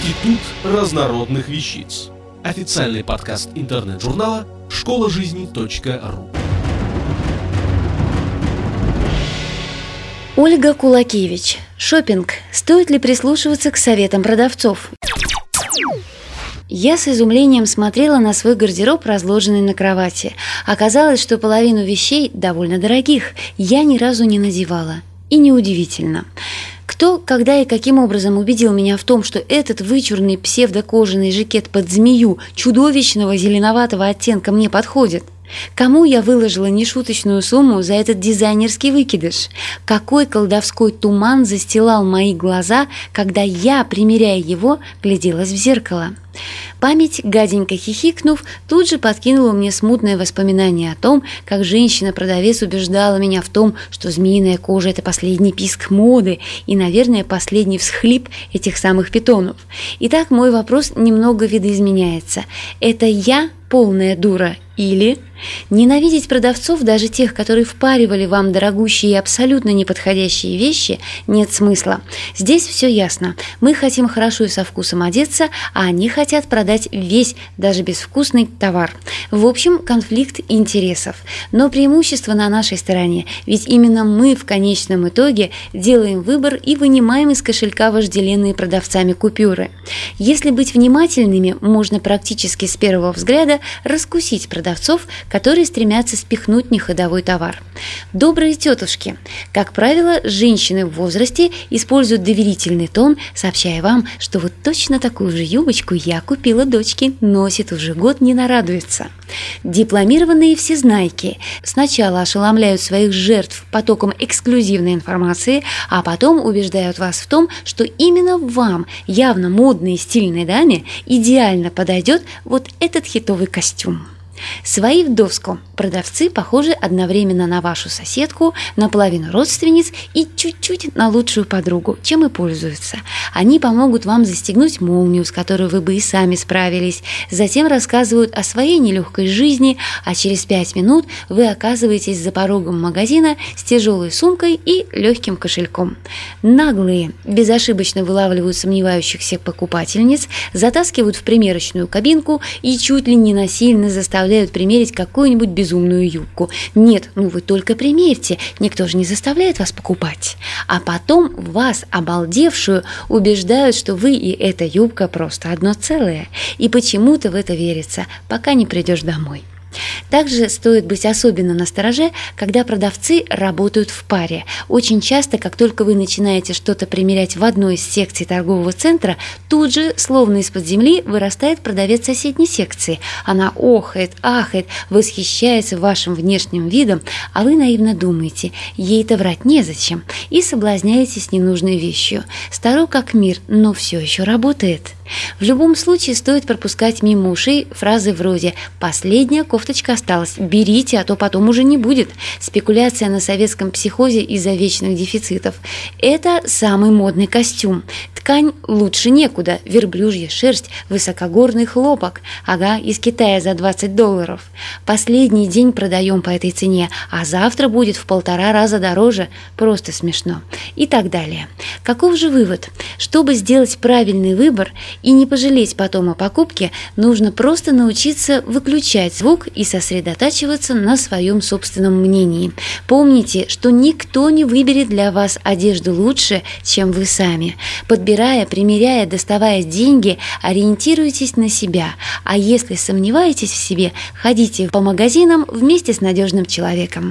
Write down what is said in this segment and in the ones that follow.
Институт разнородных вещиц. Официальный подкаст интернет-журнала школажизни.ру. Ольга Кулакевич. Шопинг. Стоит ли прислушиваться к советам продавцов? Я с изумлением смотрела на свой гардероб, разложенный на кровати. Оказалось, что половину вещей, довольно дорогих, я ни разу не надевала. И неудивительно. Кто, когда и каким образом убедил меня в том, что этот вычурный псевдокожаный жакет под змею чудовищного зеленоватого оттенка мне подходит? Кому я выложила нешуточную сумму за этот дизайнерский выкидыш? Какой колдовской туман застилал мои глаза, когда я, примеряя его, гляделась в зеркало? Память, гаденько хихикнув, тут же подкинула мне смутное воспоминание о том, как женщина-продавец убеждала меня в том, что змеиная кожа – это последний писк моды и, наверное, последний всхлип этих самых питонов. Итак, мой вопрос немного видоизменяется. Это я полная дура или... Ненавидеть продавцов, даже тех, которые впаривали вам дорогущие и абсолютно неподходящие вещи, нет смысла. Здесь все ясно. Мы хотим хорошо и со вкусом одеться, а они хотят продать весь, даже безвкусный товар. В общем, конфликт интересов. Но преимущество на нашей стороне, ведь именно мы в конечном итоге делаем выбор и вынимаем из кошелька вожделенные продавцами купюры. Если быть внимательными, можно практически с первого взгляда раскусить продавцов, которые стремятся спихнуть неходовой товар. Добрые тетушки. Как правило, женщины в возрасте используют доверительный тон, сообщая вам, что вот точно такую же юбочку я купила дочке, носит уже год, не нарадуется. Дипломированные всезнайки сначала ошеломляют своих жертв потоком эксклюзивной информации, а потом убеждают вас в том, что именно вам, явно модной и стильной даме, идеально подойдет вот этот хитовый костюм. Свои в доску. Продавцы похожи одновременно на вашу соседку, на половину родственниц и чуть-чуть на лучшую подругу, чем и пользуются. Они помогут вам застегнуть молнию, с которой вы бы и сами справились, затем рассказывают о своей нелегкой жизни, а через 5 минут вы оказываетесь за порогом магазина с тяжелой сумкой и легким кошельком. Наглые безошибочно вылавливают сомневающихся покупательниц, затаскивают в примерочную кабинку и чуть ли не насильно заставляют примерить какую-нибудь безумную юбку. Нет, вы только примерьте, никто же не заставляет вас покупать. А потом вас, обалдевшую, убеждают, что вы и эта юбка просто одно целое. И почему-то в это верится, пока не придешь домой. Также стоит быть особенно настороже, когда продавцы работают в паре. Очень часто, как только вы начинаете что-то примерять в одной из секций торгового центра, тут же, словно из-под земли, вырастает продавец соседней секции. Она охает, ахает, восхищается вашим внешним видом, а вы наивно думаете, ей-то врать незачем, и соблазняетесь ненужной вещью. Старо как мир, но все еще работает. В любом случае стоит пропускать мимо ушей фразы вроде «последняя кофточка осталась, берите, а то потом уже не будет». Спекуляция на советском психозе из-за вечных дефицитов. Это самый модный костюм. Ткань лучше некуда, верблюжья шерсть, высокогорный хлопок. Ага, из Китая за $20. Последний день продаем по этой цене, а завтра будет в 1,5 раза дороже. Просто смешно. И так далее. Каков же вывод? Чтобы сделать правильный выбор и не пожалеть потом о покупке, нужно просто научиться выключать звук и сосредотачиваться на своем собственном мнении. Помните, что никто не выберет для вас одежду лучше, чем вы сами. Подбирая, примеряя, доставая деньги, ориентируйтесь на себя. А если сомневаетесь в себе, ходите по магазинам вместе с надежным человеком.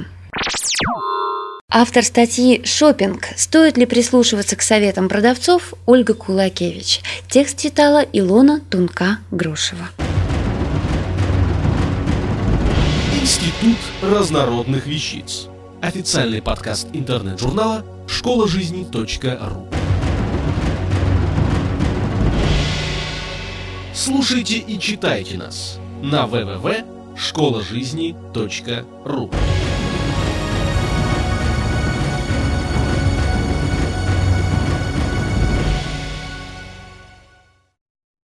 Автор статьи «Шопинг. Стоит ли прислушиваться к советам продавцов?» Ольга Кулакевич. Текст читала Илона Тунка-Грошева. Институт разнородных вещиц. Официальный подкаст интернет-журнала школажизни.ру. Слушайте и читайте нас на www.школажизни.ру.